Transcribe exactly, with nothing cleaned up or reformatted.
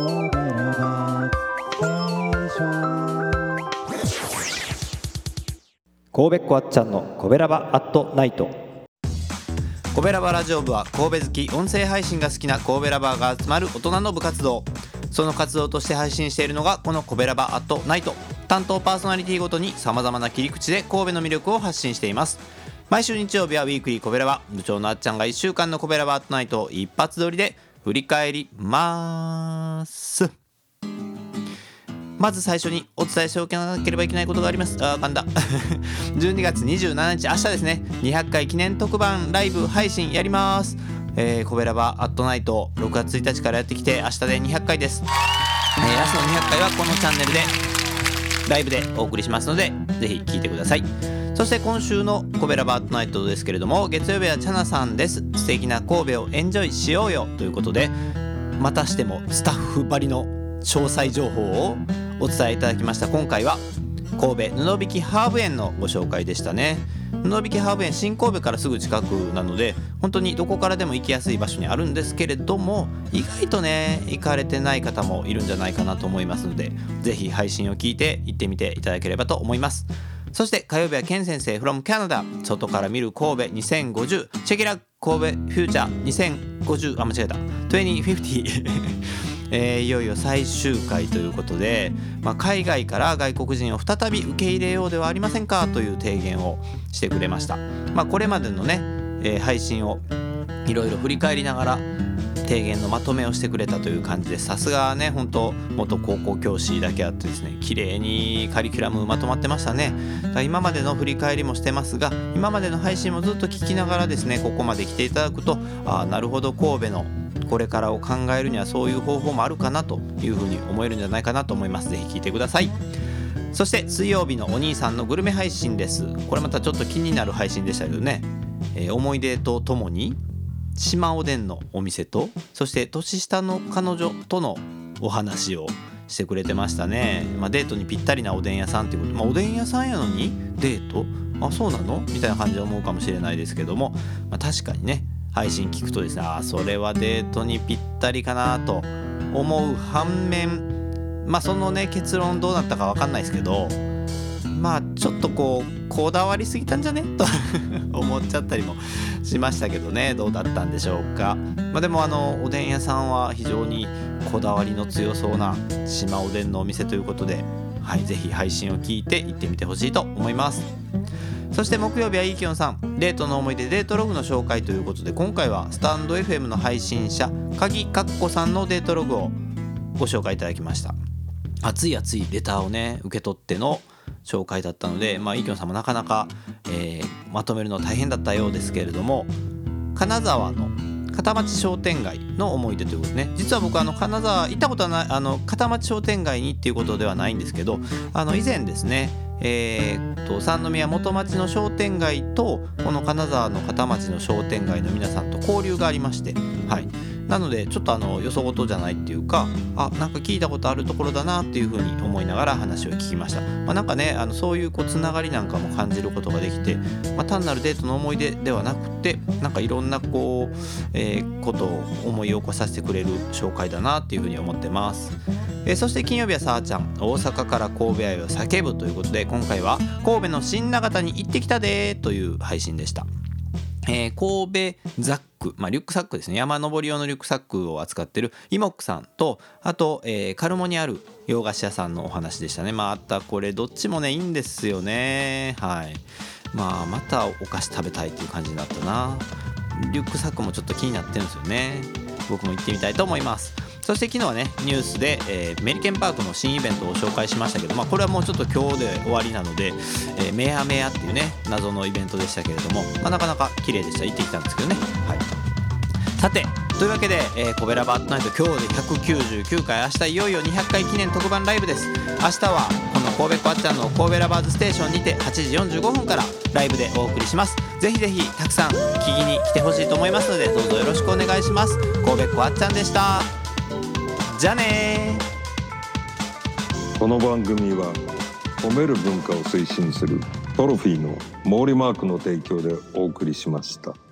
神戸っ子あっちゃんのコベラバアットナイト。 コベラバラジオ部は神戸好き、音声配信が好きな神戸ラバーが集まる大人の部活動。その活動として配信しているのがこのコベラバアットナイト。担当パーソナリティごとに様々な切り口で神戸の魅力を発信しています。毎週日曜日はウィークリーコベラバ、部長のあっちゃんがいっしゅうかんのコベラバアットナイトを一発撮りで振り返ります。まず最初にお伝えしておかなければいけないことがあります。あー噛んだじゅうにがつにじゅうしちにち、明日ですね、にひゃっかい記念特番ライブ配信やります。えー、コベラバアットナイトろくがつついたちからやってきて明日でにひゃっかいです。えー、ラストのにひゃっかいはこのチャンネルでライブでお送りしますので、ぜひ聞いてください。そして今週のコベラバアットナイトですけれども、月曜日はチャナさんです。素敵な神戸をエンジョイしようよということで、またしてもスタッフばりの詳細情報をお伝えいただきました。今回は神戸布引ハーブ園のご紹介でしたね。布引ハーブ園、新神戸からすぐ近くなので、本当にどこからでも行きやすい場所にあるんですけれども、意外とね行かれてない方もいるんじゃないかなと思いますので、ぜひ配信を聞いて行ってみていただければと思います。そして火曜日はケン先生 from Canada、 外から見る神戸にせんごじゅう、チェキラ神戸フューチャーにせんごじゅう、あ間違えたにせんごじゅうえー、いよいよ最終回ということで、まあ、海外から外国人を再び受け入れようではありませんかという提言をしてくれました。まあ、これまでのね、えー、配信をいろいろ振り返りながら提言のまとめをしてくれたという感じです。さすがね、本当元高校教師だけあってですね、綺麗にカリキュラムまとまってましたね。だから今までの振り返りもしてますが、今までの配信もずっと聞きながらですね、ここまで来ていただくと、ああなるほど、神戸のこれからを考えるにはそういう方法もあるかなというふうに思えるんじゃないかなと思います。ぜひ聞いてください。そして水曜日のお兄さんのグルメ配信です。これまたちょっと気になる配信でしたけどね、えー、思い出とともに島おでんのお店と、そして年下の彼女とのお話をしてくれてましたね。まあ、デートにぴったりなおでん屋さんっていうこと、まあ、おでん屋さんやのにデート、あそうなのみたいな感じで思うかもしれないですけども、まあ、確かにね配信聞くとですね、あそれはデートにぴったりかなと思う反面、まあそのね結論どうなったか分かんないですけど、まあちょっとこうこだわりすぎたんじゃねと思っちゃったりもしましたけどね、どうだったんでしょうか。まあでもあのおでん屋さんは非常にこだわりの強そうな島おでんのお店ということで、はい、ぜひ配信を聞いて行ってみてほしいと思います。そして木曜日はイーキョンさん、デートの思い出デートログの紹介ということで、今回はスタンド エフエム の配信者鍵かっこさんのデートログをご紹介いただきました。熱い熱いレターをね受け取っての紹介だったので、まあ、イーキョンさんもなかなか、えー、まとめるの大変だったようですけれども、金沢の片町商店街の思い出ということですね。実は僕あの金沢行ったことはない、あの片町商店街にっていうことではないんですけど、あの以前ですね、えー、と三宮元町の商店街とこの金沢の片町の商店街の皆さんと交流がありまして、はい、なのでちょっとあのよそごとじゃないっていうか、あなんか聞いたことあるところだなっていうふうに思いながら話を聞きました。まあ、なんかねあのそういうこうつながりなんかも感じることができて、まあ、単なるデートの思い出ではなくて、なんかいろんなこう、えー、ことを思い起こさせてくれる紹介だなっていうふうに思ってます。えー、そして金曜日はさあちゃん、大阪から神戸愛を叫ぶということで、今回は神戸の新長田に行ってきたでという配信でした。えー、神戸ザック、まあ、リュックサックですね、山登り用のリュックサックを扱ってるイモックさんと、あと、えー、カルモにある洋菓子屋さんのお話でしたね。またこれどっちもねいいんですよね。はい、まあまたお菓子食べたいっていう感じになったな。リュックサックもちょっと気になってるんですよね。僕も行ってみたいと思います。そして昨日はねニュースで、えー、メリケンパークの新イベントを紹介しましたけど、まあ、これはもうちょっと今日で終わりなので、えー、メアメアっていうね謎のイベントでしたけれども、まあ、なかなか綺麗でした。行ってきたんですけどね。はい、さてというわけで、えー、コベラバアットナイト今日でひゃくきゅうじゅうきゅうかい、明日いよいよにひゃっかい記念特番ライブです。明日はこの神戸っ子あっちゃんの神戸ラバーズステーションにてはちじよんじゅうごふんからライブでお送りします。ぜひぜひたくさん聞きに来てほしいと思いますので、どうぞよろしくお願いします。神戸っ子あっちゃんでした。じゃあねー。 この番組は褒める文化を推進するトロフィーの毛利マークの提供でお送りしました。